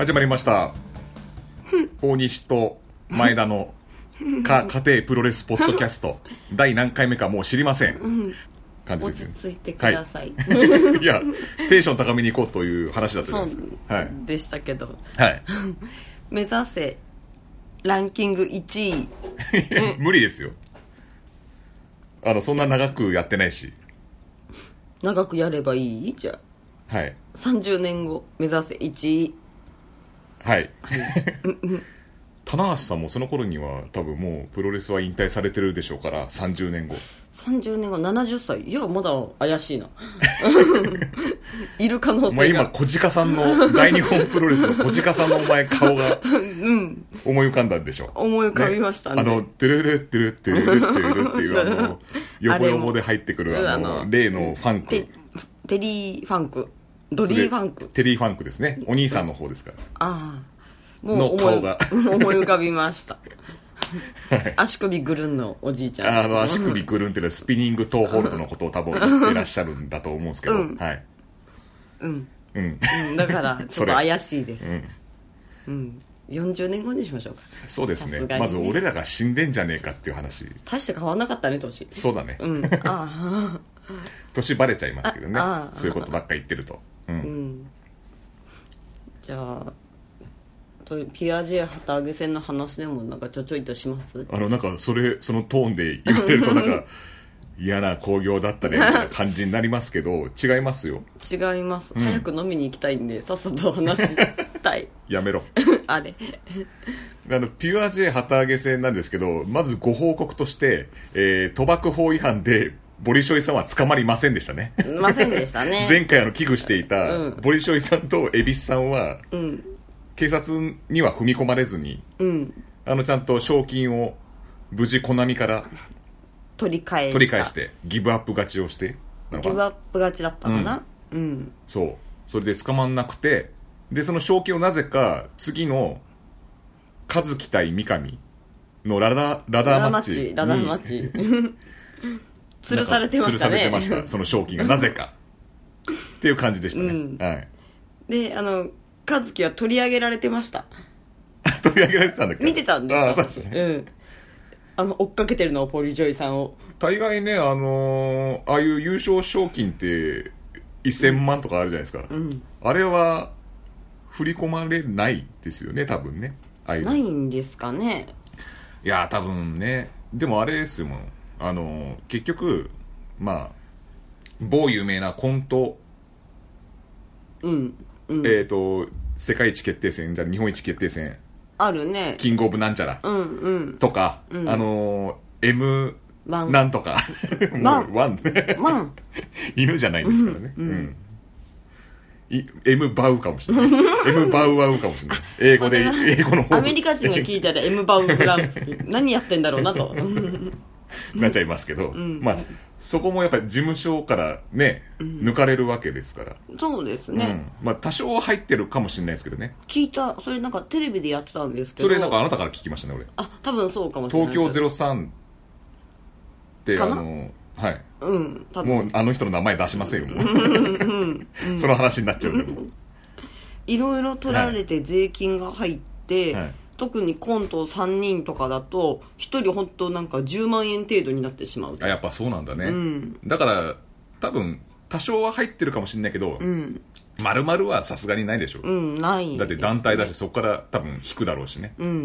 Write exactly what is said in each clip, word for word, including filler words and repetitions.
始まりました大西と前田のか家庭プロレスポッドキャスト第何回目かもう知りません、うん、感じですよね。 落ち着いてください、 はい、いやテンション高めに行こうという話だったじゃないですか。 そう、 はい、 でしたけど、 はい、 目指せランキングいちい無理ですよ。あのそんな長くやってないし。 長くやればいいじゃあ、 はい、 さんじゅうねんご目指せいちい。 はい、はい、棚橋さんもその頃には多分もうプロレスは引退されてるでしょうから、さんじゅうねんごさんじゅうねんごななじゅっさい。いやまだ怪しいないる可能性が。 お前今小鹿さんの大日本プロレスの小鹿さんのお前顔が思い浮かんだんでしょ、 うん、思い浮かびましたね。 あのテルルテルテルテルテルっていうあの横横で入ってくるあの例のファンク、 テ, テリーファンクドリーファンクテリーファンクですね。お兄さんの方ですから。 ああ、もうの顔が思い浮かびましたはい、足首ぐるんのおじいちゃん。 あの足首ぐるんっていうのはスピニングトーホールドのことを多分言ってらっしゃるんだと思うんですけど、うん、はい、 うんうん、うん、だからちょっと怪しいです、 うんうん、よんじゅうねんごにしましょうか。 そうです ね, ねまず俺らが死んでんじゃねえかっていう話。 大して変わんなかったね年。 そうだね、うん、あ年バレちゃいますけどね、そういうことばっか言ってると、うんうん、 じゃあピアジェ旗揚げ戦の話でもなんかちょちょいとします。 あのなんかそれそのトーンで言われるとなんか嫌な興行だったねみたいな感じになりますけど違いますよ。 違います、うん、早く飲みに行きたいんでさっさと話したいやめろあれあのピュア J 旗揚げ戦なんですけど、まずご報告として、えー、賭博法違反でボリショイさんは捕まりませんでしたね。 ませんでしたね前回あの危惧していた、うん、ボリショイさんと恵比寿さんは、うん、警察には踏み込まれずに、うん、あのちゃんと賞金を無事コナミから取り返した取り返してギブアップ勝ちをしてギブアップ勝ちだったかな、うんうん、 そうそれで捕まんなくて、でその賞金をなぜか次の和樹対三上のラダラダーマッチにラダーマッチ吊るされてましたね。吊るされてましたその賞金がなぜかっていう感じでしたね、うんはい、 であの和樹は取り上げられてました取り上げられてたんだっけ。 見てたんですよ。 ああそうですね、 うん、あの追っかけてるのをポリジョイさんを大概ね、あのー、ああいう優勝賞金ってせんまんとかあるじゃないですか、うん、あれは振り込まれないですよね多分ね。ああいうないんですかね。 いや多分ね。でもあれですもん、あのー、結局まあ某有名なコント、 うんうん、 えーと世界一決定戦じゃ日本一決定戦あるね。 キングオブなんちゃら、うんうん、とか、うん、あのー、M なんとかもうワンワン犬じゃないんですからね、うんうんい M バウかもしれないM バウワウかもしれない英語で英語の方アメリカ人が聞いたら M バウグラン何やってんだろうなとなっちゃいますけど、うん、まあそこもやっぱり事務所からね、うん、抜かれるわけですから。 そうですね、 うん、まあ多少は入ってるかもしれないですけどね。 聞いた。それなんかテレビでやってたんですけど、 それなんかあなたから聞きましたね俺。 あ多分そうかもしれない。 東京ゼロさんってあのはい、うん、多分もうあの人の名前出しませんよもうその話になっちゃうんでもいろいろ取られて税金が入って、はいはい、特にコントさんにんとかだとひとり本当なんかじゅうまんえん程度になってしまう。 あやっぱそうなんだね、うん、だから多分多少は入ってるかもしれないけど、うん、丸々はさすがにないでしょ、 うん、ない、ね、 だって団体だしそこから多分引くだろうしね、うんうん、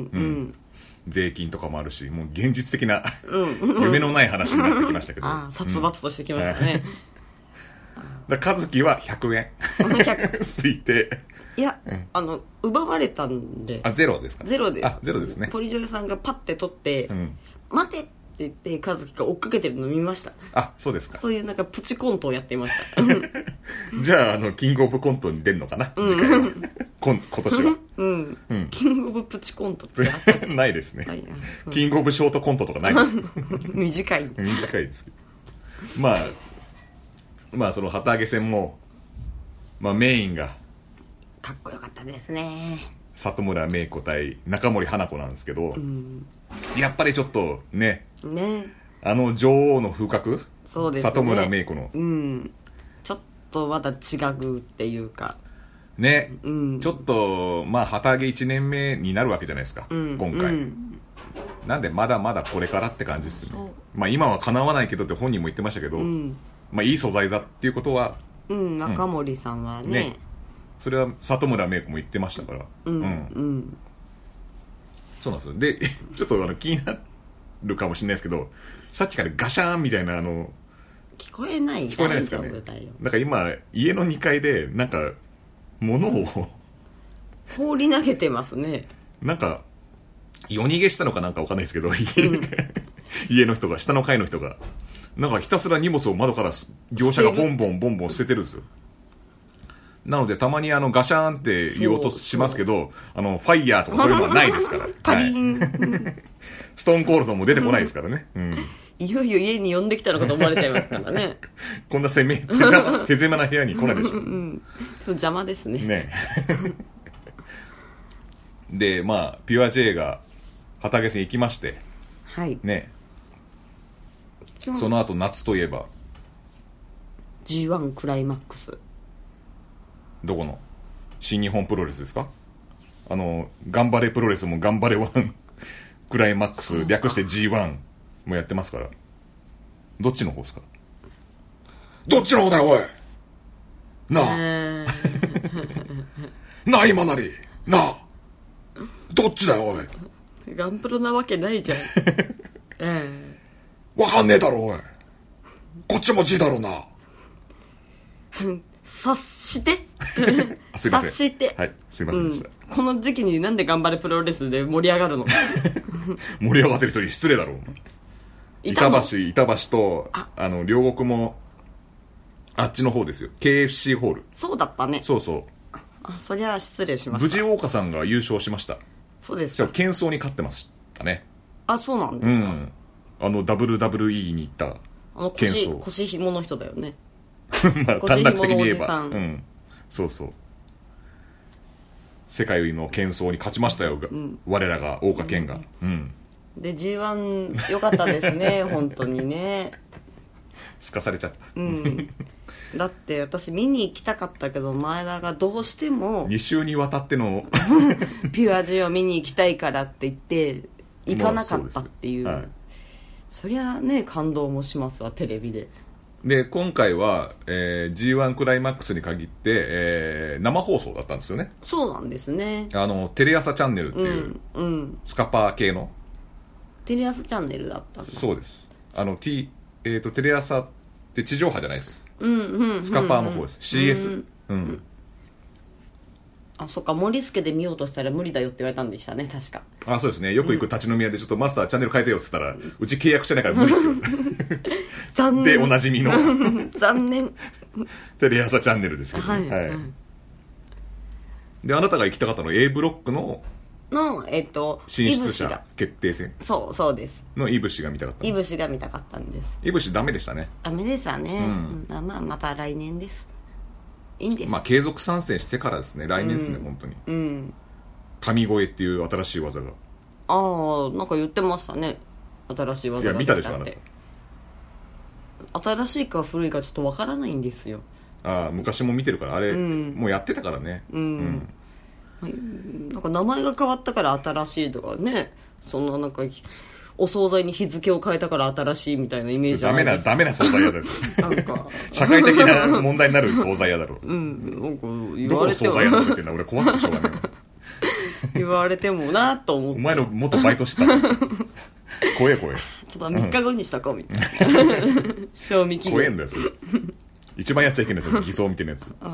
税金とかもあるしもう現実的な、うん、夢のない話になってきましたけどあ殺伐としてきましたね、 うん、だ和樹はひゃくえん推定いや、うん、あの奪われたんで。 あゼロですか。 ゼロです。 あゼロですね。 ポリジョイさんがパッて取って、うん、待てって言って和樹が追っかけてるの見ました。 あそうですか。 そういうなんかプチコントをやっていましたじゃあ、あのキングオブコントに出るのかな、うん、次回は今, 今年は、 うんうん、キングオブプチコントってあったないですね、うん、キングオブショートコントとかないです短い短いですけどまあまあその旗揚げ戦も、まあ、メインがかっこよかったですね。 里村芽衣子対中森花子なんですけど、うん、やっぱりちょっとねねあの女王の風格、 そうですね、 里村芽衣子の、 うん、ちょっとまた違うっていうかね、うん、ちょっとまあ旗揚げいちねんめになるわけじゃないですか、うん、今回、うん、なんでまだまだこれからって感じですよね。まあ今は叶わないけどって本人も言ってましたけど、うん、まあいい素材だっていうことは、 うん、中森さんは ね, ねそれは里村芽衣子も言ってましたから、うん、うんうん、そうなんですよ。でちょっとあの気になるかもしれないですけど、さっきからガシャーンみたいなあの聞こえない聞こえないですかね。なんか今家のにかいでなんか物を放り投げてますね。 なんか夜逃げしたのかなんかわかんないですけど、うん、家の人が下の階の人がなんかひたすら荷物を窓から業者がボンボンボンボン捨ててるんですよ。なのでたまにあのガシャーンって言おうとしますけど、あのファイヤーとかそういうのはないですからパリン、はい、 ストーンコールドも出てこないですからね、うん、 いよいよ家に呼んできたのかと思われちゃいますからねこんな攻め手狭な部屋に来ないでしょ、うん、 そう邪魔ですね。 ねでまあピュア J が旗揚げ戦行きまして、 はいね、その後夏といえばジーワン クライマックス、 どこの新日本プロレスですか。あの頑張れプロレスも頑張れワンクライマックス略して ジーワン もやってますから、どっちの方ですか。どっちの方だよおいなあ、えー、なあ今なりなあどっちだよおい。 ガンプロなわけないじゃんえー、わかんねえだろおい。こっちも G だろうな察してすいません、 察してはいすいませんでした、 うん、この時期になんで頑張れプロレスで盛り上がるの盛り上がってる人に失礼だろう。板橋板橋と あ, あの両国もあっちの方ですよ、 ケーエフシー ホール。 そうだったね。 そうそう、 あそりゃ失礼しました。 無事大岡さんが優勝しました。 そうですか。 喧騒に勝ってましたね。 あそうなんですか、うん、 あの ダブリューダブリューイー に行ったあの腰腰紐の人だよねまあ短絡的に言えば、うん、そうそう、世界の喧騒に勝ちましたよ、うん、我らが大岡健が、うんうんで ジーワン 良かったですね本当にね。 すかされちゃった、 うん、だって私見に行きたかったけど前田がどうしてもに週にわたってのピュア J を見に行きたいからって言って行かなかったっていう、 そ, う、はい、そりゃね感動もしますわテレビで。 で今回は、えー、ジーワン クライマックスに限って、えー、生放送だったんですよね。 そうなんですね。 あのテレ朝チャンネルっていう、うんうん、スカパー系のテレ朝チャンネルだったんだ。 そうです。あの、T えー、とテレ朝って地上波じゃないです、 うんうんうん、 スカパーの方です、 シーエス、うんうん、 あそっか、森助で見ようとしたら無理だよって言われたんでしたね確か。 あそうですね、よく行く立ち飲み屋でちょっとマスターチャンネル変えてよって言ったら、うん、うち契約してないから無理って残念でおなじみの残念テレ朝チャンネルですけど、ね、はい、はい、であなたが行きたかったのは A ブロックのの、えっと、 進出者決定戦。 そうそうですのイブシが見たかった。 イブシが見たかったんです。 イブシダメでしたね。 ダメでしたね、うん、まあまた来年です。いいんです。 まあ継続参戦してからですね、来年ですね、うん、本当に、うん、神越えっていう新しい技が、 ああなんか言ってましたね、新しい技が。 いや見たでしょあなた。新しいか古いかちょっとわからないんですよ。 ああ昔も見てるからあれ、うん、もうやってたからね。うん、うんなんか名前が変わったから新しいとかね、そんななんかお惣菜に日付を変えたから新しいみたいなイメージじゃないですか。 ダメなダメな惣菜屋だよなんか社会的な問題になる惣菜屋だろう、うん、なんか言われてもどこの惣菜屋だろうって言ってんの俺怖くてしょうがない言われてもなと思って、 お前の元バイトしてた怖え怖え、 ちょっとみっかごにしたかみたいな、うん、賞味期限怖えんだよそれ一番やっちゃいけないやつ、偽装みたいなやつ、うん、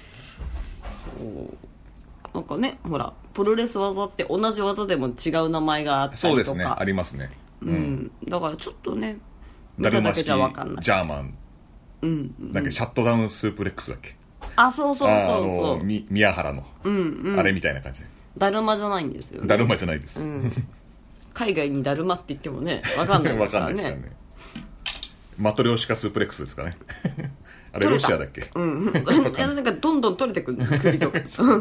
なんかね、ほらプロレス技って同じ技でも違う名前があったりとか。 そうですね、ありますね、 うん、うん、だからちょっとね見ただけじゃ分かんない。 ジャーマン、うんうん、なんかシャットダウンスープレックスだっけ。 あ、そうそうそうそう、 み宮原の、うんうん、あれみたいな感じ。 だるまじゃないんですよね。 だるまじゃないです、うん、 海外にだるまって言ってもね分かんないですからね。分かんないですからね。 マトリョーシカスープレックスですかねあれロシアだっけ。うん、 いやなんかどんどん取れてくる首とか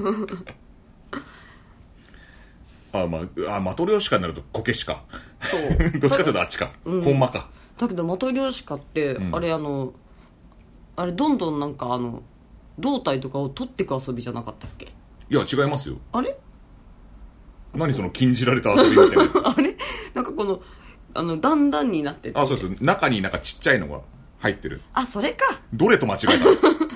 あ、まあ、あマトリョーシカになるとこけしかそうどっちかというとあっちか、うん、ほんまか。 だけどマトリョーシカって、うん、あれあのあれどんどんなんかあの胴体とかを取ってく遊びじゃなかったっけ？ いや違いますよ。 あれ何その禁じられた遊びみたいなやつあれなんかこのあの段々になってて、 あ、そうです。中になんかちっちゃいのが入ってる。 あ、それか。 どれと間違えた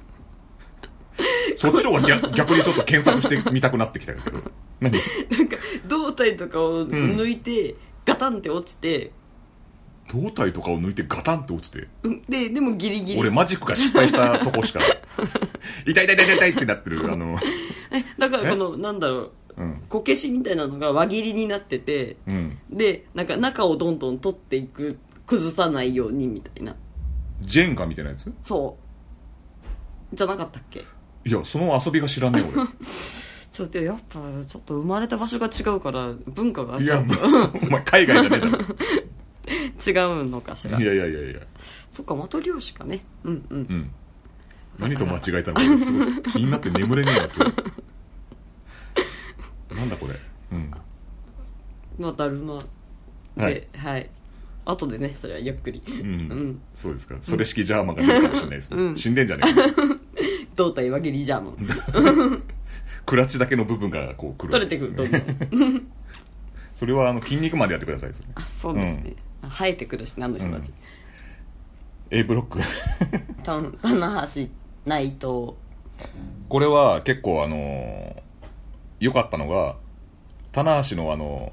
そっちの方が 逆, 逆にちょっと検索してみたくなってきたけど何なんか胴体とかを抜いて、うん、ガタンって落ちて、 胴体とかを抜いてガタンって落ちて、 ででもギリギリ俺マジックが失敗したとこしか痛い痛い痛い痛い痛いってなってるあのえだからこのなんだろう、うん、こけしみたいなのが輪切りになってて、うん、でなんか中をどんどん取っていく、崩さないようにみたいな、 ジェンガみたいなやつ？ そうじゃなかったっけ？ いやその遊びが知らねえ俺ちょっとやっぱちょっと生まれた場所が違うから文化がいやお前海外じゃねえだろ違うのかしら。 いやいやいやいや、 そっか、マトリョーシカね。うんうん、うん、 何と間違えたのかすごい気になって眠れねえな今日なんだこれ。うんまあだるまで、はい、はい、後でねそれはゆっくり、うん、うん、 そうですか。それ式ジャーマンが出るかもしれないですね、うん、死んでんじゃねえか胴体輪切りジャーマンクラッチだけの部分がこうくる、 取れてくるどんどんそれはあの筋肉までやってください。それあそうですね、うん、生えてくるし何の人たち、うん、 A ブロック棚橋内藤、 これは結構あのー、良かったのが棚橋のあの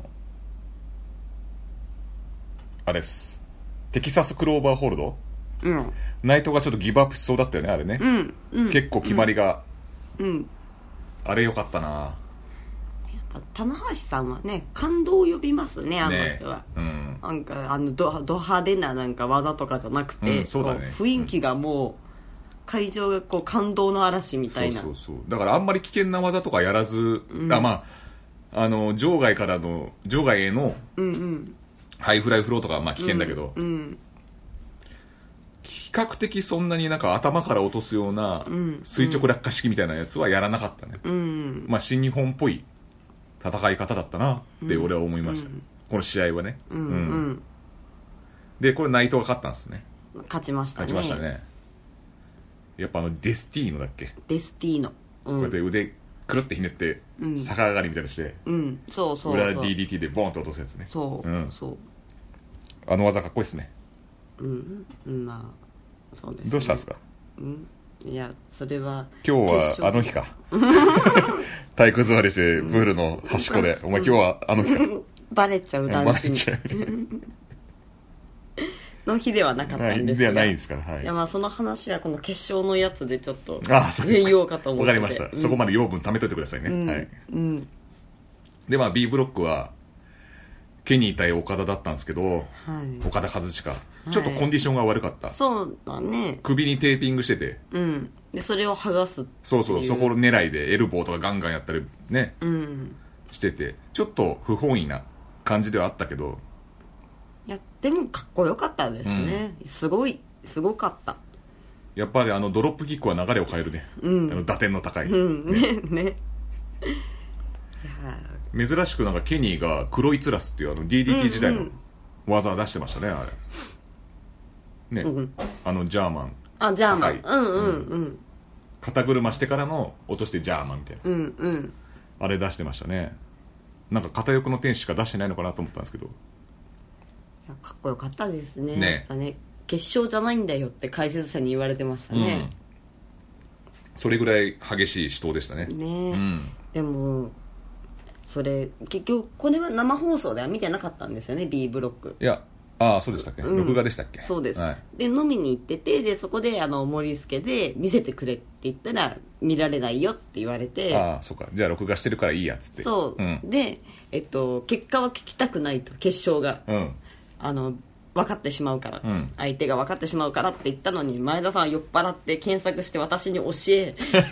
ー、あれですテキサスクローバーホールド、うん、内藤がちょっとギブアップしそうだったよねあれね、うんうん、結構決まりが、うんうん、あれ良かったな。やっぱ棚橋さんはね感動を呼びますねあの人は、ね、うん、なんかあの ド, ド派手ななんか技とかじゃなくて、 うんそうだね、 雰囲気がもう会場がこう感動の嵐みたいな、 そうそうそう、だからあんまり危険な技とかやらず、うん、あまああの場外からの場外へのハイフライフローとかはまあ危険だけど、うんうん、比較的そんなになんか頭から落とすような垂直落下式みたいなやつはやらなかったね、うん、まあ新日本っぽい戦い方だったなって俺は思いました、うん、この試合はね、うんうん、でこれ内藤が勝ったんですね。 勝ちましたね。 勝ちましたね。やっぱあのデスティーノだっけ、 デスティーノ、 うん、こうやって腕くるってひねって、うん、逆上がりみたいにして、 うん、そうそうそう、 裏 ディーディーティー でボーンと落とすやつね。 そう、うん、そう、 あの技かっこいいですね。 うんまあそうですね。 どうしたんですか、 うん、いやそれは今日はあの日か体育座りしてプールの端っこで、お前今日はあの日かバレちゃう男子にの日ではなかったんですが、 ではないですから、はい、 いやまあその話はこの決勝のやつでちょっと言おうかと思って。 わかりました、うん、そこまで養分貯めといてくださいね、うんはいうん、でまあ B ブロックはケニー対岡田だったんですけど、はい、岡田和親ちょっとコンディションが悪かった、 はい、そうだね。 首にテーピングしてて、 うん、でそれを剥がすっていう、 そうそう、そこ狙いでエルボーとかガンガンやったりね、うん、しててちょっと不本意な感じではあったけど、 いやでもかっこよかったですね、うん、すごいすごかった。 やっぱりあのドロップキックは流れを変えるね、うん、あの打点の高い、 うん、ねねいや珍しくなんかケニーが黒いツラスっていうあの ディーディーティー 時代の技を出してましたね、あれね、うん、あのジャーマン、 あジャーマン、うんうんうん、 肩車してからの落としてジャーマンみたいな、 うんうん、 あれ出してましたね。なんか片翼の天使しか出してないのかなと思ったんですけど、いやかっこよかったですね。ね、ね、決勝じゃないんだよって解説者に言われてましたね、うん、 それぐらい激しい死闘でしたね。 ね、うん、でもそれ結局これは生放送では見てなかったんですよね B ブロック。 いやああそうでしたっけ、うん、録画でしたっけ。 そうです、 はい、 で飲みに行ってて、でそこであの森助で見せてくれって言ったら見られないよって言われて、 ああそうか、じゃあ録画してるからいいやっつって、 そう、うん、で、えっと、結果は聞きたくないと、決勝が、うん、あの分かってしまうから、うん、相手が分かってしまうからって言ったのに、前田さんは酔っ払って検索して私に教え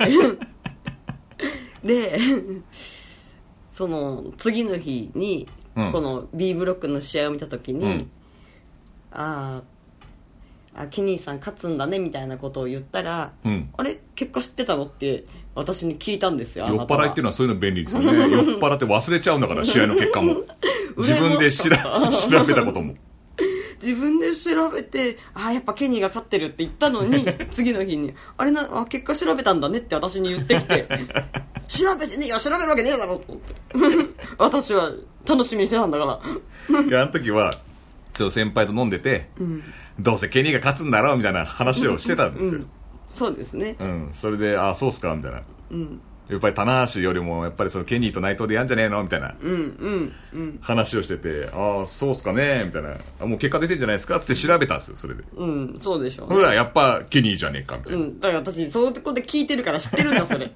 でその次の日に、うん、この B ブロックの試合を見た時に、うん、ああケニーさん勝つんだねみたいなことを言ったら、うん、あれ結果知ってたのって私に聞いたんですよ。 酔っ払いっていうのはそういうの便利ですよね酔っ払って忘れちゃうんだから試合の結果も自分でしら調べたことも自分で調べて、ああやっぱケニーが勝ってるって言ったのに次の日にあれなあ結果調べたんだねって私に言ってきて調べてねえよ調べるわけねえだろと思って私は楽しみにしてたんだからいやあの時はちょっと先輩と飲んでて、うん、どうせケニーが勝つんだろうみたいな話をしてたんですよ、うんうん、 そうですね、 うん、それでああそうっすかみたいな、うん、やっぱり棚橋よりもやっぱりそのケニーと内藤でやんじゃねえのみたいな話をしてて、ああそうっすかねみたいな、あもう結果出てんじゃないですかって調べたんですよそれで。 うんそうでしょうね。 ほらやっぱケニーじゃねえかみたいな、うん、 だから私そういうとこで聞いてるから知ってるんだそれ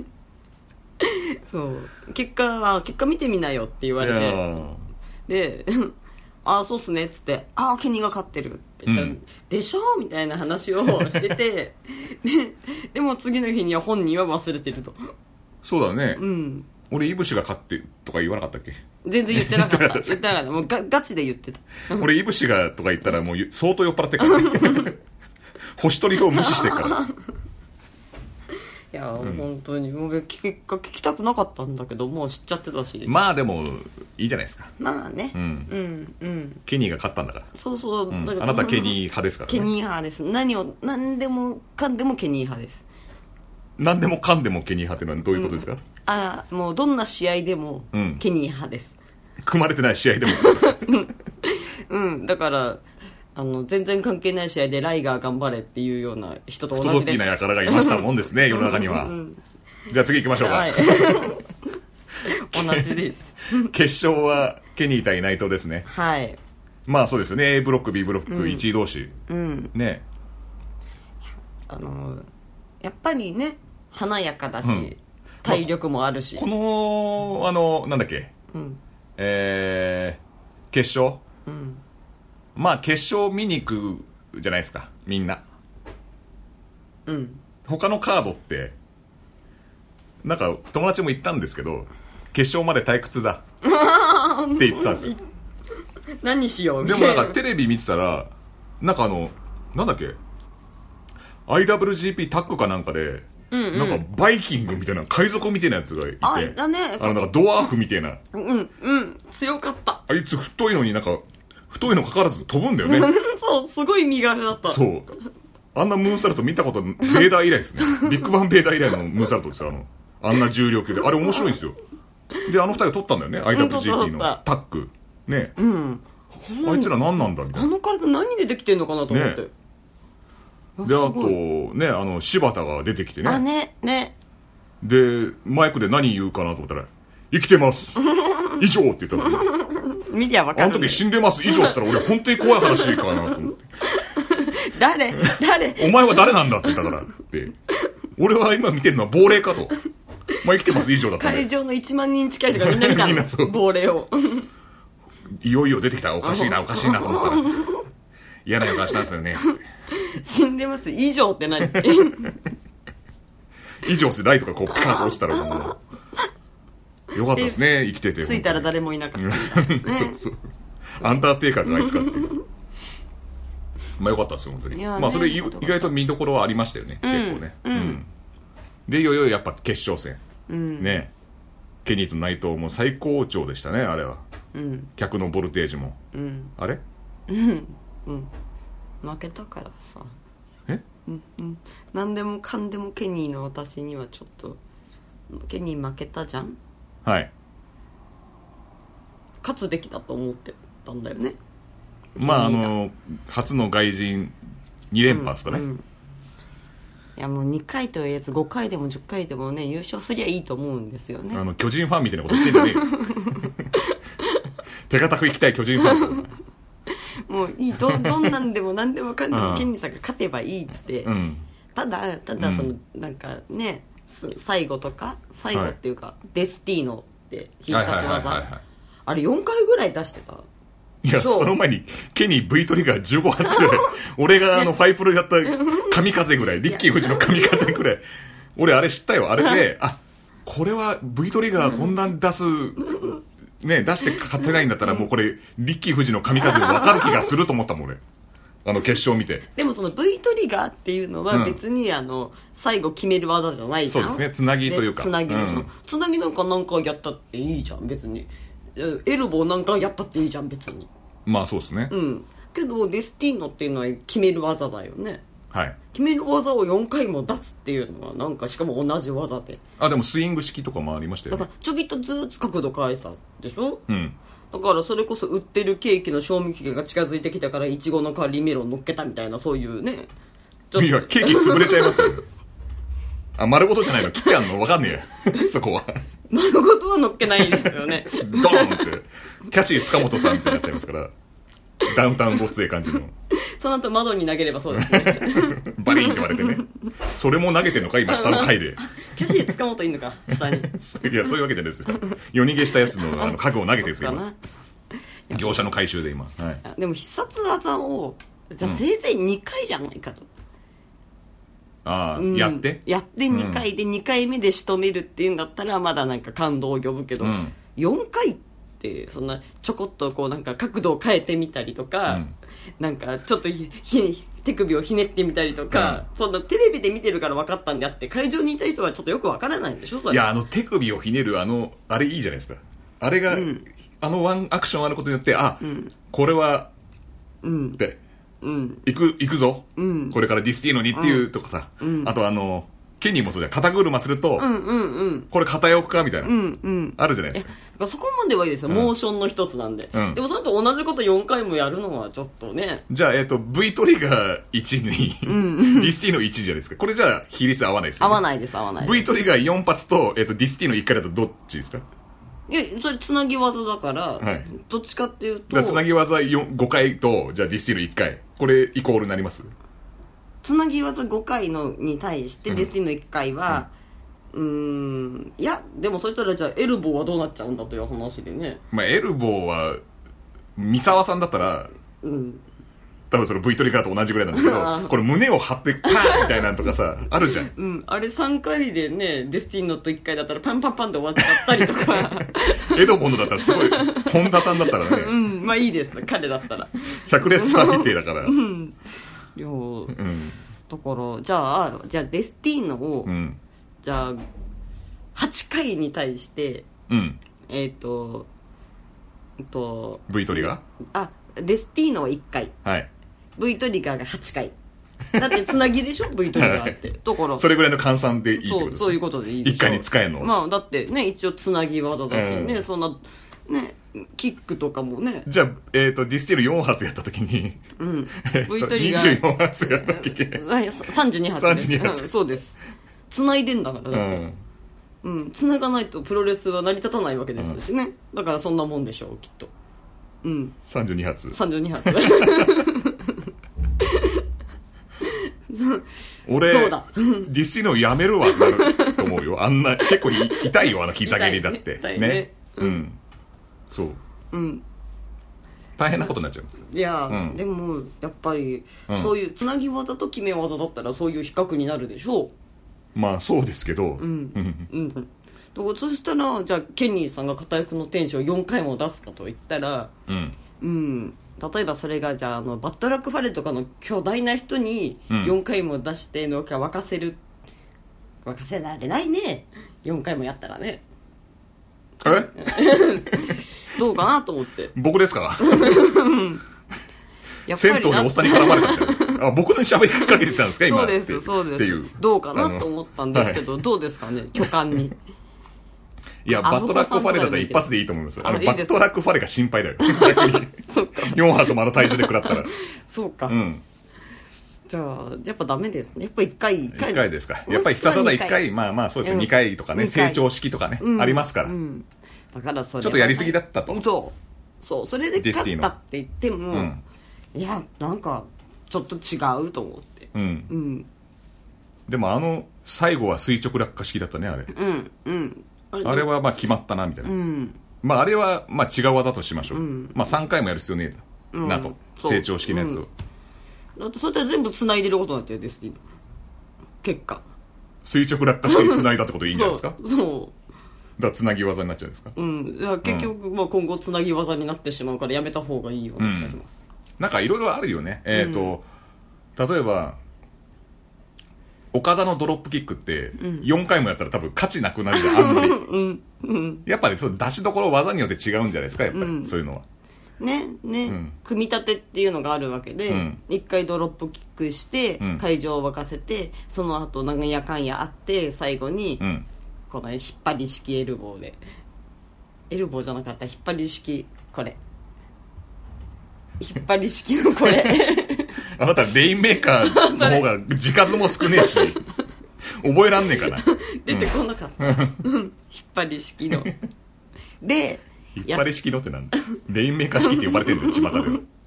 そう結果は結果見てみなよって言われて、でああそうっすねっつってああケニーが勝ってるって言ったら、うん、でしょみたいな話をしててで, でも次の日には本人は忘れてると。 そうだね、うん、俺イブシが勝ってとか言わなかったっけ。 全然言ってなかった言ってなかったもうガガチで言ってた俺イブシがとか言ったらもう相当酔っ払ってるからね星取りを無視してるからいや、うん、本当にもう結果聞きたくなかったんだけどもう知っちゃってたし、 まあでもいいじゃないですか。 まあね、うんうんうん、ケニーが勝ったんだから。 そうそう、うん、だからあなたケニー派ですからね。 ケニー派です。何を何でもかんでもケニー派です。何でもかんでもケニー派っていうのはどういうことですか。うん、 ああもうどんな試合でもケニー派です、 うん、組まれてない試合でもってことですかうんだからあの全然関係ない試合でライガー頑張れっていうような人と同じです。 不届きな輩がいましたもんですね世の中には、うん、じゃあ次行きましょうか、はい、 同じです決勝はケニー対内藤ですね。 はい。 まあそうですよね A ブロック B ブロックいちい同士、うん、ねあのやっぱりね華やかだし、うん、体力もあるし、 まあ、このあのなんだっけ、うん、えー、決勝、うんまあ決勝見に行くじゃないですかみんな、うん、他のカードってなんか友達も言ったんですけど決勝まで退屈だって言ってたんですよ何しようみたいな。でもなんかテレビ見てたらなんかあのなんだっけ アイダブリュージーピー タッグかなんかで、うんうん、なんかバイキングみたいな海賊みたいなやつがいて、 あだねあのなんかドワーフみたいなうんうん強かった。 あいつ太いのになんか太いのかかわらず飛ぶんだよねそうすごい身軽だった。 そうあんなムーンサルト見たことベーダー以来ですねビッグバンベーダー以来のムーンサルトですよ。あのあんな重量級であれ面白いんですよ。であの二人取ったんだよね アイダブリュージーピー のタッグね、うん、あいつら何なんだみたいな。 あの体何でできてんのかなと思って、ね、 であとねあの柴田が出てきてねあねねでマイクで何言うかなと思ったら生きてます以上って言ったら見りゃ分かる、ね、 あの時死んでます以上って言ったら俺本当に怖い話かなと思って誰誰お前は誰なんだって言ったからって俺は今見てるのは亡霊かとまあ生きてます以上だった、ね、 会場のいちまんにん近い人がみんな見たの亡霊をいよいよ出てきたおかしいなおかしいなと思ったら嫌な予感したんですよね死んでます以上って何以上してライトがこうピカッと落ちたらもうよかったですね生きてて。 着いたら誰もいなかった、ね、 そうそうアンダーテイカーがあいつかってまあよかったですよ本当に、ね、まあそれ意外と見どころはありましたよね、うん、結構ね、うんうん、でいよいよやっぱ決勝戦、うん、ねケニーと内藤も最高潮でしたねあれは、うん、客のボルテージも、うん、あれうん、うん、負けたからさえ、 うんうん、何でもかんでもケニーの私にはちょっとケニー負けたじゃん。 はい勝つべきだと思ってたんだよね。 まああの初の外人に連覇ですかね、うんうん、 いやもうにかいと言えずごかいでもじゅっかいでもね優勝すりゃいいと思うんですよね。 あの巨人ファンみたいなこと言ってんじゃねえよ手堅く行きたい巨人ファンもういい ど, どんなんでも何でもかんでもケニーさんが勝てばいいって、うん、ただただその、うん、なんかね最後とか最後っていうか、はい、デスティーノって必殺技あれよんかいぐらい出してた。 いやその前にケニー V トリガーじゅうごはつぐらい俺があのファイプロやった神風ぐらいリッキー富士の神風ぐらい俺あれ知ったよ。あれであこれは V トリガーこんなん出すね出して勝てないんだったらもうこれリッキー富士の神風で分かる気がすると思ったもん俺あの決勝見て。 でもその V トリガーっていうのは別にあの、うん、最後決める技じゃないじゃん。 そうですねつなぎというかつなぎでしょ、うん、つなぎなんか何回やったっていいじゃん別に。エルボーなんかやったっていいじゃん別に。 まあそうですね、 うん、 けどデスティーノっていうのは決める技だよね。 はい、 決める技をよんかいも出すっていうのはなんかしかも同じ技で、 あでもスイング式とかもありましたよね。 だからちょびっとずつ角度変えたでしょ、 うん、 だからそれこそ売ってるケーキの賞味期限が近づいてきたからイチゴの代わりにメロン乗っけたみたいな、そういうね。 いやケーキ潰れちゃいますよあ丸ごとじゃないの切ってあんの分かんねえそこは丸ごとは乗っけないですよねドーンってキャシー塚本さんってなっちゃいますからダウンタウンごつええ感じのその後窓に投げればそうですねバリーンって割れてねそれも投げてんのか今下の階でキャシー塚本いんのか下にいやそういうわけじゃないですよ夜逃げしたやつのあの家具を投げてるんですよ今業者の回収で今、はい、 でも必殺技をじゃあせいぜいにかいじゃないかと、 うん、ああ、うん、やってやってにかいでにかいめで仕留めるっていうんだったらまだなんか感動を呼ぶけど、うん、よんかいってそんなちょこっとこうなんか角度を変えてみたりとか、うん、なんかちょっとひひ手首をひねってみたりとか、うん、そんなテレビで見てるから分かったんであって会場にいた人はちょっとよく分からないんでしょそれ。 いやあの手首をひねるあのあれいいじゃないですか。あれが、うん、あのワンアクションあることによってあ、うん、これは、うん、ってうん、行く行くぞ、うん、これからディスティーノにっていうとかさ、うん、あとあのケニーもそうじゃん肩車すると、うんうんうん、これ片横かみたいな、うんうん、あるじゃないですか。 そこまではいいですよ、うん、モーションの一つなんで、うん、でもそれと同じことよんかいもやるのはちょっとね。 じゃあ、えーと、V トリガーいちに、うん、ディスティーノいちじゃないですか。これじゃあ比率合わないですよね。 合わないです合わないです。 V トリガーよん発と、えーと、ディスティーノいっかいだとどっちですか。 いやそれつなぎ技だから、はい、どっちかっていうとつなぎ技ごかいとじゃあディスティーノいっかいこれイコールになります。 つなぎ技ごかいのに対してディスティーノいっかいは、うん、うーんいやでもそれとらじゃあエルボーはどうなっちゃうんだという話でね。 まあエルボーは三沢さんだったら、うん多分それ V トリガーと同じぐらいなんだけどこれ胸を張ってパーンみたいなのとかさあるじゃん、 うん、あれさんかいでねデスティーノといっかいだったらパンパンパンで終わっちゃったりとかエドモンドだったらすごい本田さんだったらねうんまあいいです彼だったら百列は見てだからうんいや、うん、だからじゃあじゃあデスティーノを、うん、じゃあはちかいに対して、うん、えっ、ー、とえっと V トリガーあデスティーノはいっかい、はい、V トリガーがはちかいだってつなぎでしょV トリガーって、はい、だからそれぐらいの換算でいいってことです、ね、 そう、そういうことでいいでしょ。 いっかいに使えるのまあだってね一応つなぎ技だしね、うん、そんなねキックとかもね。 じゃあ、えーと、ディスティールよん発やった時に、うん、V トリガーにじゅうよん発やった時さんじゅうに発です。さんじゅうに発、うん、そうですつないでんだからだって、うんうん、つながないとプロレスは成り立たないわけですしね、うん、だからそんなもんでしょうきっと。うん、 さんじゅうに発さんじゅうに発俺どうだディスティーノやめるわってなると思うよ。あんな結構痛いよあの膝蹴りだってね, ね, ねうん、うん、そう、うん、大変なことになっちゃいます。 いや、うん、でもやっぱり、うん、そういうつなぎ技と決め技だったらそういう比較になるでしょう。 まあそうですけど、うんうんうんそしたらじゃあケニーさんが片翼の天使をよんかいも出すかと言ったら、うんうん、例えばそれがじゃあ、あのバッドラックファレとかの巨大な人によんかいも出してのか沸かせる、うん、沸かせられないねよんかいもやったらね。 えどうかなと思って僕ですか銭湯におっさんに絡まれたみたいなあ僕の喋りかけてたんですか今。 そうですそうですっていうどうかなと思ったんですけど、はい、どうですかね巨漢に。 いやバットラックファレだったら一発でいいと思います。あのバットラックファレが心配だよ逆にそっかよん発もあの体重で食らったらそうか、うん、じゃあやっぱダメですね。やっぱいっかいいっかいいっかいですか。やっぱり必殺技いっかいまあまあそうですね、うん、にかいとかね成長式とかね、うん、ありますから、うん、 だからそれちょっとやりすぎだったと。 そうそうそれで勝ったって言っても、うん、いやなんかちょっと違うと思って、うんうん、 でもあの最後は垂直落下式だったねあれ、うんうん、あれ, あれはまあ決まったなみたいな、うん、まああれはまあ違う技としましょう、うん、まあさんかいもやる必要ねえなと、うん、成長式のやつを、 うん、だってそれって全部繋いでることになってるですね結果垂直落下式に繋いだってことでいいんじゃないですかそうそうだからつなぎ技になっちゃうんですか。 うん、いや結局、うんまあ、今後つなぎ技になってしまうからやめた方がいいような気がします、 うん、なんかいろいろあるよね。えーとうん、例えば岡田のドロップキックってよんかいもやったら多分価値なくなるじゃんあんまり、うんうん、やっぱりその出しどころ技によって違うんじゃないですかやっぱり、うん、そういうのはねね、うん、組み立てっていうのがあるわけで、うん、一回ドロップキックして、うん、会場を沸かせて、その後なんやかんやあって最後に、うん、この引っ張り式エルボーで、エルボーじゃなかった引っ張り式、これ引っ張り式のこれあなたレインメーカーの方が字数も少ねえし覚えらんねえかな出てこなかった、うん、引っ張り式ので引っ張り式のってなんだレインメーカー式って呼ばれてるんだよ巷では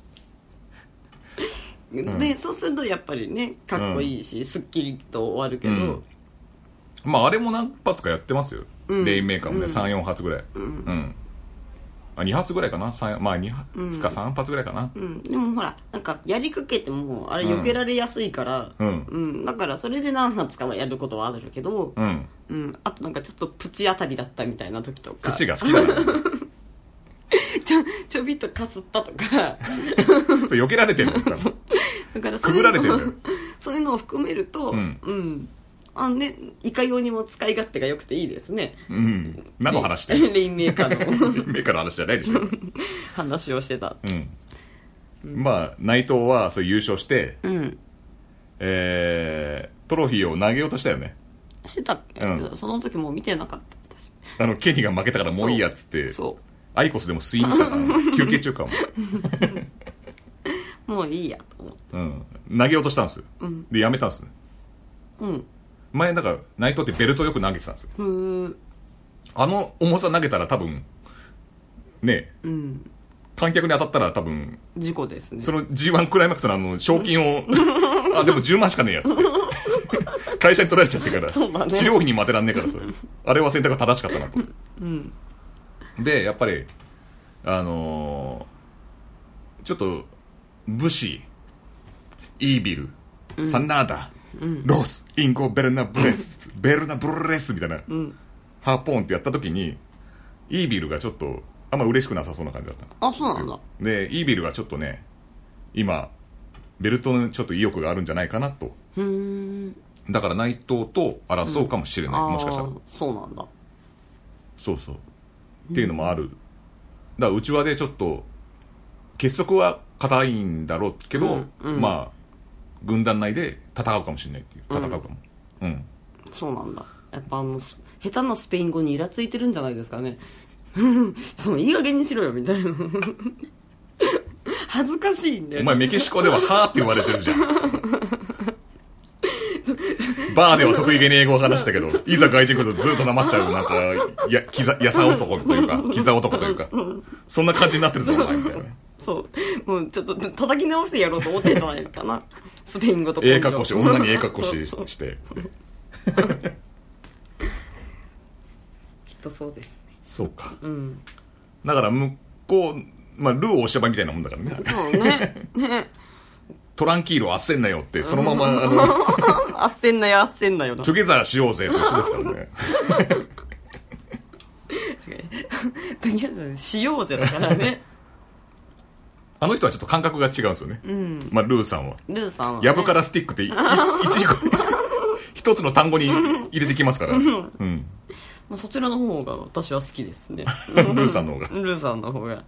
で、うん、そうするとやっぱりねかっこいいし、うん、すっきりと終わるけど、うん、 まああれも何発かやってますよ、うん、レインメーカーもね、うん、さん、よん発ぐらい、うんうん、あに発ぐらいかな、まあに発かさん発ぐらいかな、 うんうん、でもほらなんかやりかけてもあれ避けられやすいから、うんうん、だからそれで何発かはやることはあるけど、うんうん、あとなんかちょっとプチ当たりだったみたいな時とか、 プチが好きだなちょ, ちょびっとかすったとかそれ避けられてるんだだからくぐられてるんだよそういうのを含めると、うんうん、あね、いかようにも使い勝手が良くていいですね、 うん、何の話してレインメーカーのレインメーカーの話じゃないでしょ話をしてた、うんうん、まあ内藤はそう優勝して、うんえー、トロフィーを投げようとしたよね。 してたっけ、うん、その時もう見てなかった私。 あのケニーが負けたからもういいやっつってそうアイコスでも吸いに行ったから休憩中かももういいやと思って、 うん、投げようとしたんですよ、うん、でやめたんですね。うん前なんか内藤ってベルトよく投げてたんですよ。うんあの重さ投げたら多分ね、うん、観客に当たったら多分事故ですね。 その ジーワン クライマックスのあの賞金をあでもじゅうまんしかねえやつ会社に取られちゃってから、ね、治療費にも当てらんねえからそれあれは選択が正しかったなと、うんでやっぱりあのー、ちょっと武士イービル、うん、サンナーダ、うん、ロースインゴベルナブレスベルナブレスみたいな、うん、ハーポーンってやった時にイービルがちょっとあんま嬉しくなさそうな感じだった。 あそうなんだ。 でイービルがちょっとね今ベルトのちょっと意欲があるんじゃないかなと。うーんだから内藤と争うかもしれない、うん、もしかしたら。 そうなんだ。 そうそうっていうのもある。だから内輪でちょっと結束は固いんだろうけど、うんうん、まあ軍団内で戦うかもしれないっていう戦うかも、うん、うん、 そうなんだ。やっぱあの下手なスペイン語にイラついてるんじゃないですかねそのいい加減にしろよみたいな恥ずかしいんだよ。 お前メキシコでははーって言われてるじゃんバーでは得意げに英語を話したけどいざ外人来るとずっとなまっちゃうなんかやキザやさ男というかキザ男というかそんな感じになってるぞお前みたいな。 そうもうちょっと叩き直してやろうと思ってんじゃないのかなスペイン語とかええ格好し女にええ格好ししてきっとそうですね。 そうか、うん、だから向こう、まあ、ルー大芝みたいなもんだからね。そうねねトランキールをあっせんなよってそのままあのあっせんなよあっせんなよトゥゲザーしようぜと一緒ですからねトゥゲザーしようぜだからねあの人はちょっと感覚が違うんですよね、うんまあ、ルーさんはルーさんは、ね、 やぶからスティックって一一つの単語に入れてきますから、うんうんまあ、そちらの方が私は好きですねルーさんの方がルーさんの方が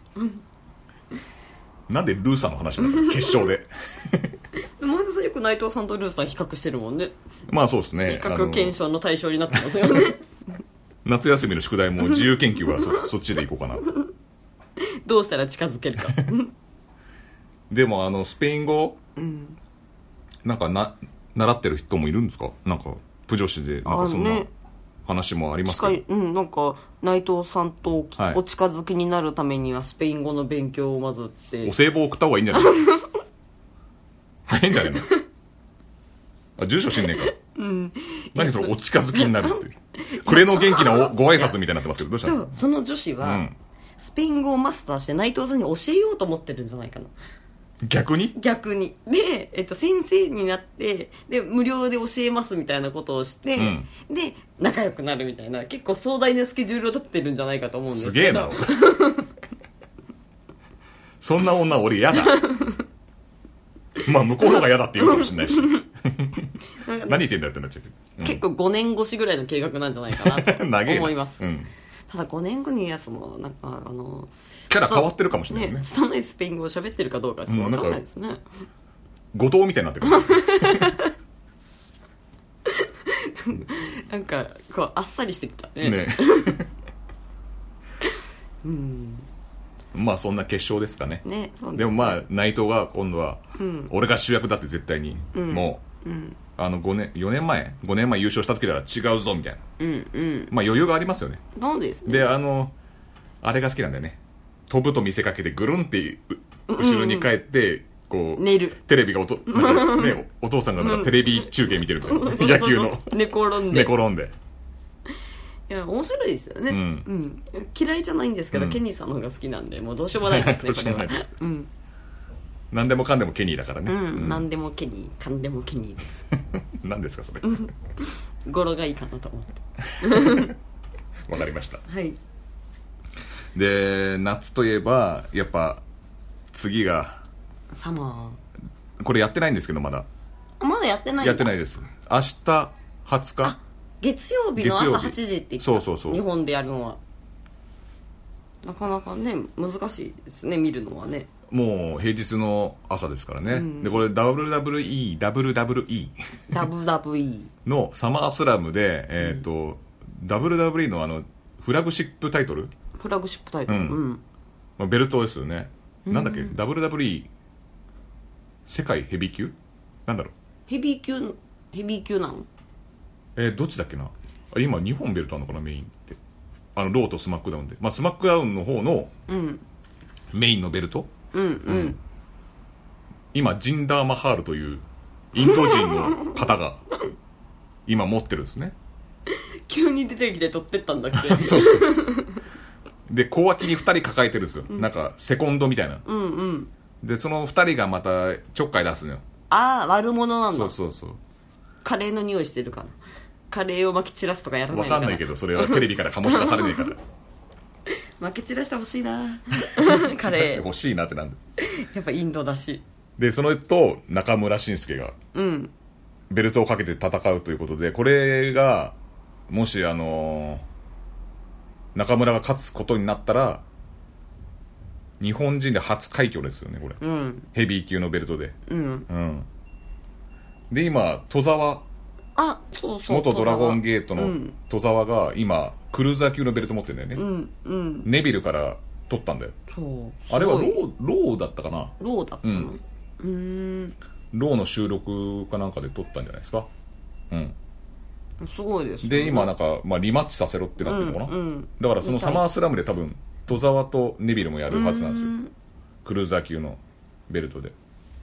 なんでルーさんの話になった決勝で前田さんよく内藤さんとルーさん比較してるもんね。 まあそうですね。 比較検証の対象になってますよね夏休みの宿題も自由研究は そ, そっちでいこうかなどうしたら近づけるかでもあのスペイン語、うん、なんかな習ってる人もいるんですか。なんかプ女子でなんかそんな話もありますか、 ねうん、なんか内藤さんとお近づきになるためにはスペイン語の勉強をまずってお歳暮を送った方がいいんじゃない早いんじゃないのあ住所知んねえか、うん、何それお近づきになるって暮れの元気なご挨拶みたいになってますけどどうしたの。 その女子は、うん、スペイン語をマスターして内藤さんに教えようと思ってるんじゃないかな。 逆に逆にで、えっと、先生になってで無料で教えますみたいなことをして、うん、で仲良くなるみたいな結構壮大なスケジュールを立ててるんじゃないかと思うんですけど。 すげえなそんな女俺嫌だまあ向こうの方が嫌だって言うかもしれないし何言ってんだよってなっちゃう、うん、 結構ごねん越しぐらいの計画なんじゃないかなと思います、うん、 ただごねんごにはそのなんかあのキャラ変わってるかもしれないね。 拙いスペイン語を喋ってるかどうかちょっと分かんないですね、うん、 後藤みたいになってるなんかこうあっさりしてきたね。ねうん、まあそんな決勝ですかね。 ね、そうですね。 でもまあ内藤が今度は、うん、俺が主役だって絶対に、うん、もう、うん、あのごねんよねんまえごねんまえ優勝した時では違うぞみたいな、うんうん、まあ余裕がありますよね。 なんですね。 であのあれが好きなんだよね。飛ぶと見せかけてぐるんって後ろに帰って、うんうん、こう寝るテレビがおとなんか、ね、お父さんがなんかテレビ中継見てると野球の寝転んで寝転んでいや面白いですよね、うんうん、嫌いじゃないんですけど、うん、ケニーさんの方が好きなんでもうどうしようもないですね。どうしようもないです、うん、 何でもかんでもケニーだからね、 うんうん、何でもケニーかんでもケニーです何ですかそれ語呂がいいかなと思ってわかりました。 はい。 で夏といえばやっぱ次がサマーこれやってないんですけどまだまだやってないんだ。 やってないです。明日はつか月曜日の朝はちじって言ってた。 そうそうそう。 日本でやるのはなかなかね難しいですね見るのはね。 もう平日の朝ですからね、うん、でこれ ダブリューダブリューイー ダブリューダブリューイーダブリューダブリューイーのサマースラムで、えーとうん、ダブリューダブリューイー のあのフラグシップタイトルフラグシップタイトル、うんうんまあ、ベルトですよね、うん、なんだっけ ダブリューダブリューイー 世界ヘビー級なんだろうヘビー級ヘビー級なのえー、どっちだっけな今にほんベルトあるのかなメインってあのローとスマックダウンで、まあ、スマックダウンの方のメインのベルト、うんうんうん、今ジンダーマハールというインド人の方が今持ってるんですね。 急に出てきて取ってったんだっけそうそうそうで小脇にふたり抱えてるんですよ、うん、なんかセコンドみたいな、うんうん、でそのふたりがまたちょっかい出すのよ。 ああ悪者なんだ。 そうそうそうカレーの匂いしてるかな。カレーをまき散らすとかやらないのかな。 分かんないけどそれはテレビから醸し出されないからまき散らしてほしいなカレー散らしてほしいなってなんでやっぱインドだしでそのと中村慎介がベルトをかけて戦うということで、これがもしあの中村が勝つことになったら日本人で初快挙ですよねこれ、うん、ヘビー級のベルトで、うんうん、で今戸沢あそうそう元ドラゴンゲートの戸沢が今クルーザー級のベルト持ってるんだよね、うんうん、ネビルから取ったんだよ。そうあれはロー、ローだったかな。 ローだったの、うん、 うーんローの収録かなんかで取ったんじゃないですか。うんすごいです、ね、 で今なんか、まあ、リマッチさせろってなってるのかな、うんうん、だからそのサマースラムで多分戸沢とネビルもやるはずなんですよ、クルーザー級のベルトで。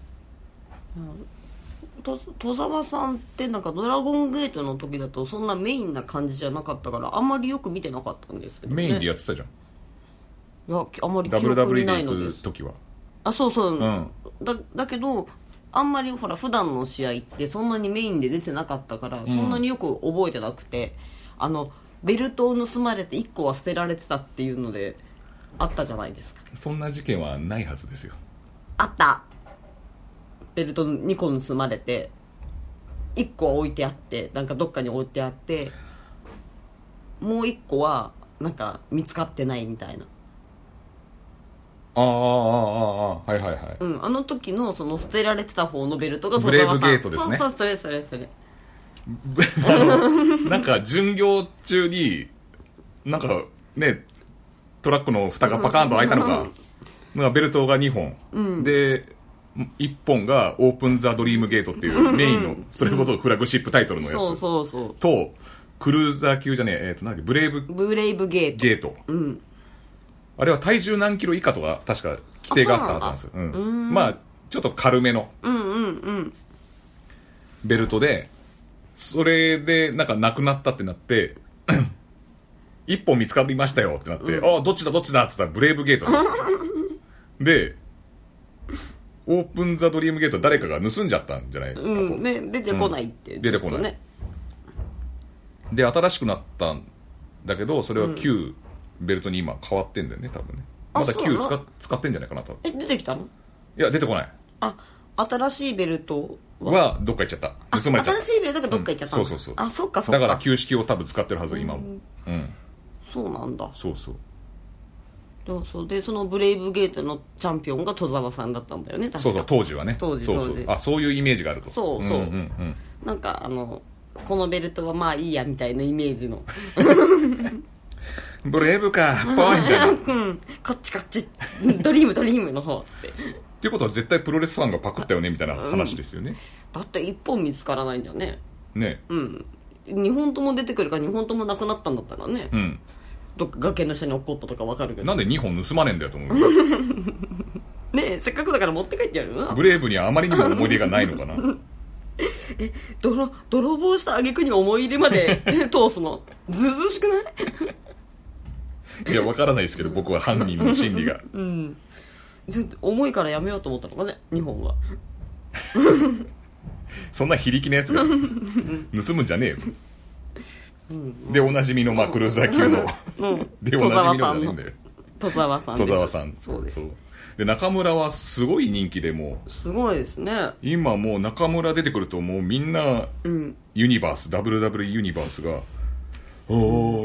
戸沢さんってなんかドラゴンゲートの時だとそんなメインな感じじゃなかったからあんまりよく見てなかったんですけど、ね、 メインでやってたじゃん。 いやあんまり記憶にないのです。 ダブリューダブリューイー で行く時はあそうそう、うん、だ, だけどあんまりほら普段の試合ってそんなにメインで出てなかったから、うん、そんなによく覚えてなくてあのベルトを盗まれていっこは捨てられてたっていうのであったじゃないですか。 そんな事件はないはずですよ。 あったベルトにこ盗まれていっこは置いてあってなんかどっかに置いてあってもういっこはなんか見つかってないみたいな。 ああああああはいはいはい、 うん、あの時のその捨てられてた方のベルトがブレイブゲートですね。 そうそうそれそれそれあのなんか巡業中になんかねトラックの蓋がパカーンと開いたのが、うん、なんかベルトがにほん、うん、でいっぽんがオープンザドリームゲートっていうメインのそれこそフラグシップタイトルのやつ、 そうそうそうとクルーザー級じゃねえ、えー、となんだっけブレイブブレイブゲートゲート、うん、あれは体重何キロ以下とか確か規定があったはずなんですよ。うん、まあちょっと軽めのベルトでそれでなんかなくなったってなって一本見つかりましたよってなって、うん、あどっちだどっちだって言ったらブレイブゲートなんですでオープンザドリームゲート誰かが盗んじゃったんじゃないかと、 うんね、出てこないって、 うん、出てこない、ね、で新しくなったんだけどそれは旧ベルトに今変わってんだよね多分ね。まだ旧 使, 使ってんじゃないかな多分。 え出てきたの？ いや出てこない。 あ新しいベルトははどっか行っちゃった盗まれちゃった。 新しいベルトがどっか行っちゃった、 うん、そうそうそうあそっかそっかだから旧式を多分使ってるはず今も、うん、 そうなんだ。 そうそう。 でもそうでそのブレイブゲートのチャンピオンが戸沢さんだったんだよね、確か。 そうそう、当時はね。 当時そうそう当時あ、そういうイメージがあると。 そうそう、 うんうんうん、 なんかあのこのベルトはまあいいやみたいなイメージのブレイブかポイみたいな、うん、 こっちこっちドリームドリームの方ってっていうことは絶対プロレスファンがパクったよねみたいな話ですよね、 うん、だって一本見つからないんだよね。 ね、 うん、にほんとも出てくるかにほんともなくなったんだったらね、うん、どっか崖の下に落っこったとか分かるけど、 なんでにほん盗まねえんだよと思うねえ、せっかくだから持って帰ってやるな。 ブレイブにはあまりにも思い出がないのかなえ、泥、泥棒した挙句に思い入れまで通すのずうずうしくないいや、わからないですけど、僕は犯人の心理が、 うん、重いからやめようと思ったのかね、日本はそんな非力なやつが盗むんじゃねえよ、うん、でおなじみの、まあ、クルーザー級の、うん、でおなじみのじゃねえんだよ。 戸沢さん戸沢さん。 そうです。そうで中村はすごい人気で、もうすごいですね。 今もう中村出てくるともうみんな、うん、ユニバース ダブリューダブリュー ユニバースがお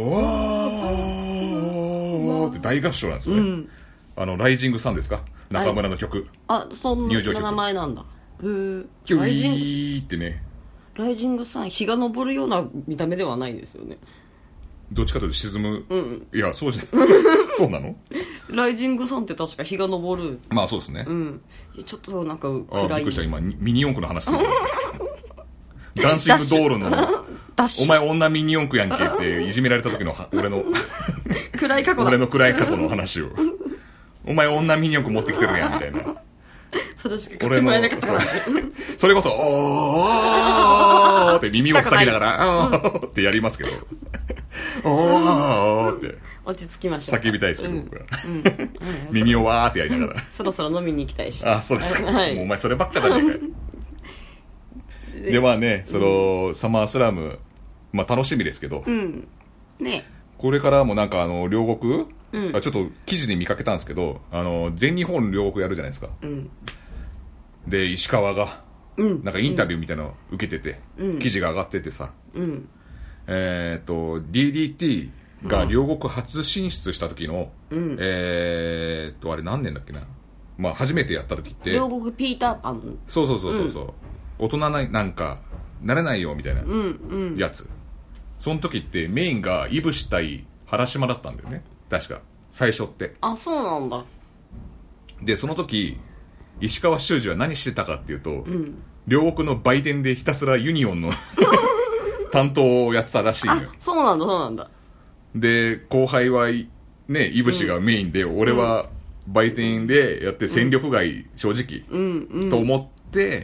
ーって大合唱なんですよね、うん、あのライジングサンですか、中村の曲。 あ、そんな名前なんだ。へー。 キュイーってね。 ライジングサン、日が昇るような見た目ではないですよね。 どっちかというと沈む、うん、いやそうじゃそうなの。 ライジングサンって確か日が昇る。 まあそうですね、 うん、ちょっとなんか暗い。あ、びっくりした、今ミニ四駆の話するダンシング道路のお前女ミニ四駆やんけっていじめられた時の俺の暗い過去だ。 俺の暗い過去の話をお前女ミニ四駆持ってきてるやんみたいな。 それしか買ってもらえなかったから。 それこそおーって耳を塞ぎながらおーってやりますけどおーって落ち着きましょう。 叫びたいですけど、うん、僕は、うん、耳をわーってやりながらそろそろ飲みに行きたいし。 あ、そうですか、はい、もうお前そればっかじゃねえかよでまあね、その、うん、サマースラム、まあ楽しみですけど、うん、ね、これからもなんかあの両国、うん、あちょっと記事で見かけたんですけど、あの全日本両国やるじゃないですか、うん、で石川が、うん、なんかインタビューみたいなのを受けてて、うん、記事が上がっててさ、うん、えー、っと ディーディーティー が両国初進出した時の、うん、えー、っとあれ何年だっけな、まあ初めてやった時って両国ピーターパン、 そうそうそうそうそう、うん、大人なんかなれないよみたいなやつ、うんうん、その時ってメインがいぶし対原島だったんだよね、確か最初って。 あ、そうなんだ。 でその時石川修司は何してたかっていうと、うん、両国の売店でひたすらユニオンの担当をやってたらしいのよ。 あ、そうなんだそうなんだ。 で後輩はね、いぶしがメインで、うん、俺は売店でやって戦力外、正直、うんうん、と思って、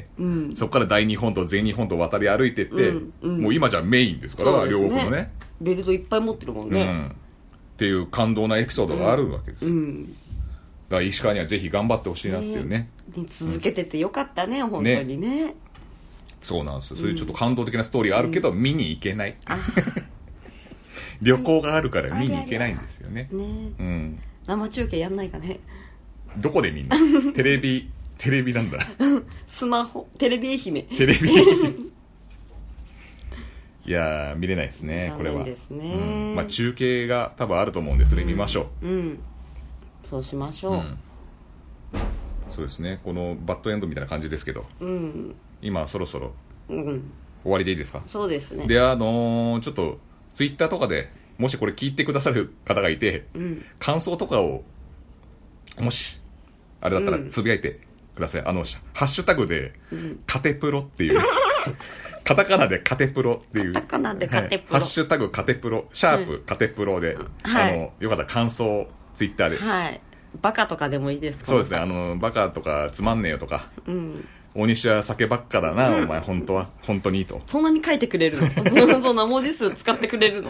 うん、そこから大日本と全日本と渡り歩いてって、うんうん、もう今じゃメインですから、ね、両国のねベルトいっぱい持ってるもんね、うん、 っていう感動なエピソードがあるわけです、うんうん、だから石川にはぜひ頑張ってほしいなっていうね、 ね、続けててよかったね、うん、本当に ね, ねそうなんですよ、そういうちょっと感動的なストーリーがあるけど、うん、見に行けない旅行があるから見に行けないんですよね、ね、 うん、生中継やんないかね。 どこで見んのテレビテレビなんだスマホテレビ愛媛テレビ愛媛いやー見れないですね、これはですね、 うん、まあ、中継が多分あると思うんでそれ見ましょう、うんうん、 そうしましょう、うん、 そうですね、このバッドエンドみたいな感じですけど、うん、今そろそろ終わりでいいですか。 そうですね。 で、あのー、ちょっとツイッターとかでもしこれ聞いてくださる方がいて、うん、感想とかをもしあれだったらつぶやいてください、うん、あのハッシュタグで、うん、カテプロっていうカタカナでカテプロっていう、 カタカナでカテプロ、 はい、ハッシュタグカテプロシャープ、うん、カテプロで、はい、あのよかったら感想ツイッターで、 はい、バカとかでもいいですか。 そうですね、あのバカとかつまんねえよとか、うん、大西は酒ばっかだな、うん、お前本当は本当にいいと、 そんなに書いてくれるのそんな文字数使ってくれるの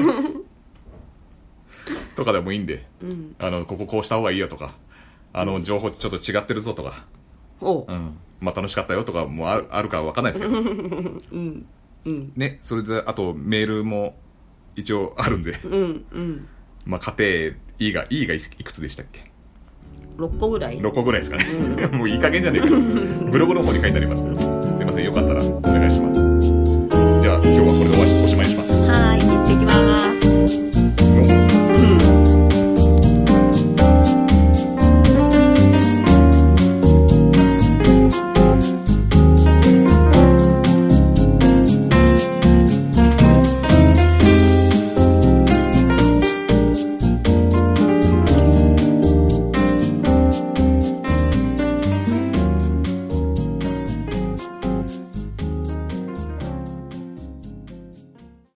とかでもいいんで、うん、あのこここうした方がいいよとか、あの情報ちょっと違ってるぞとか、おう、うん、まあ楽しかったよとかもある、あるか分かんないですけど、うんうん、ね、それであとメールも一応あるんで、うんうん、まあ家庭 E が E がいくつでしたっけ。 ろっこぐらいろっこぐらいですかね、うん、もういい加減じゃねえかブログの方に書いてあります。すいません、よかったらお願いします。じゃあ今日はこれでおしまいにします。 はい、行ってきます。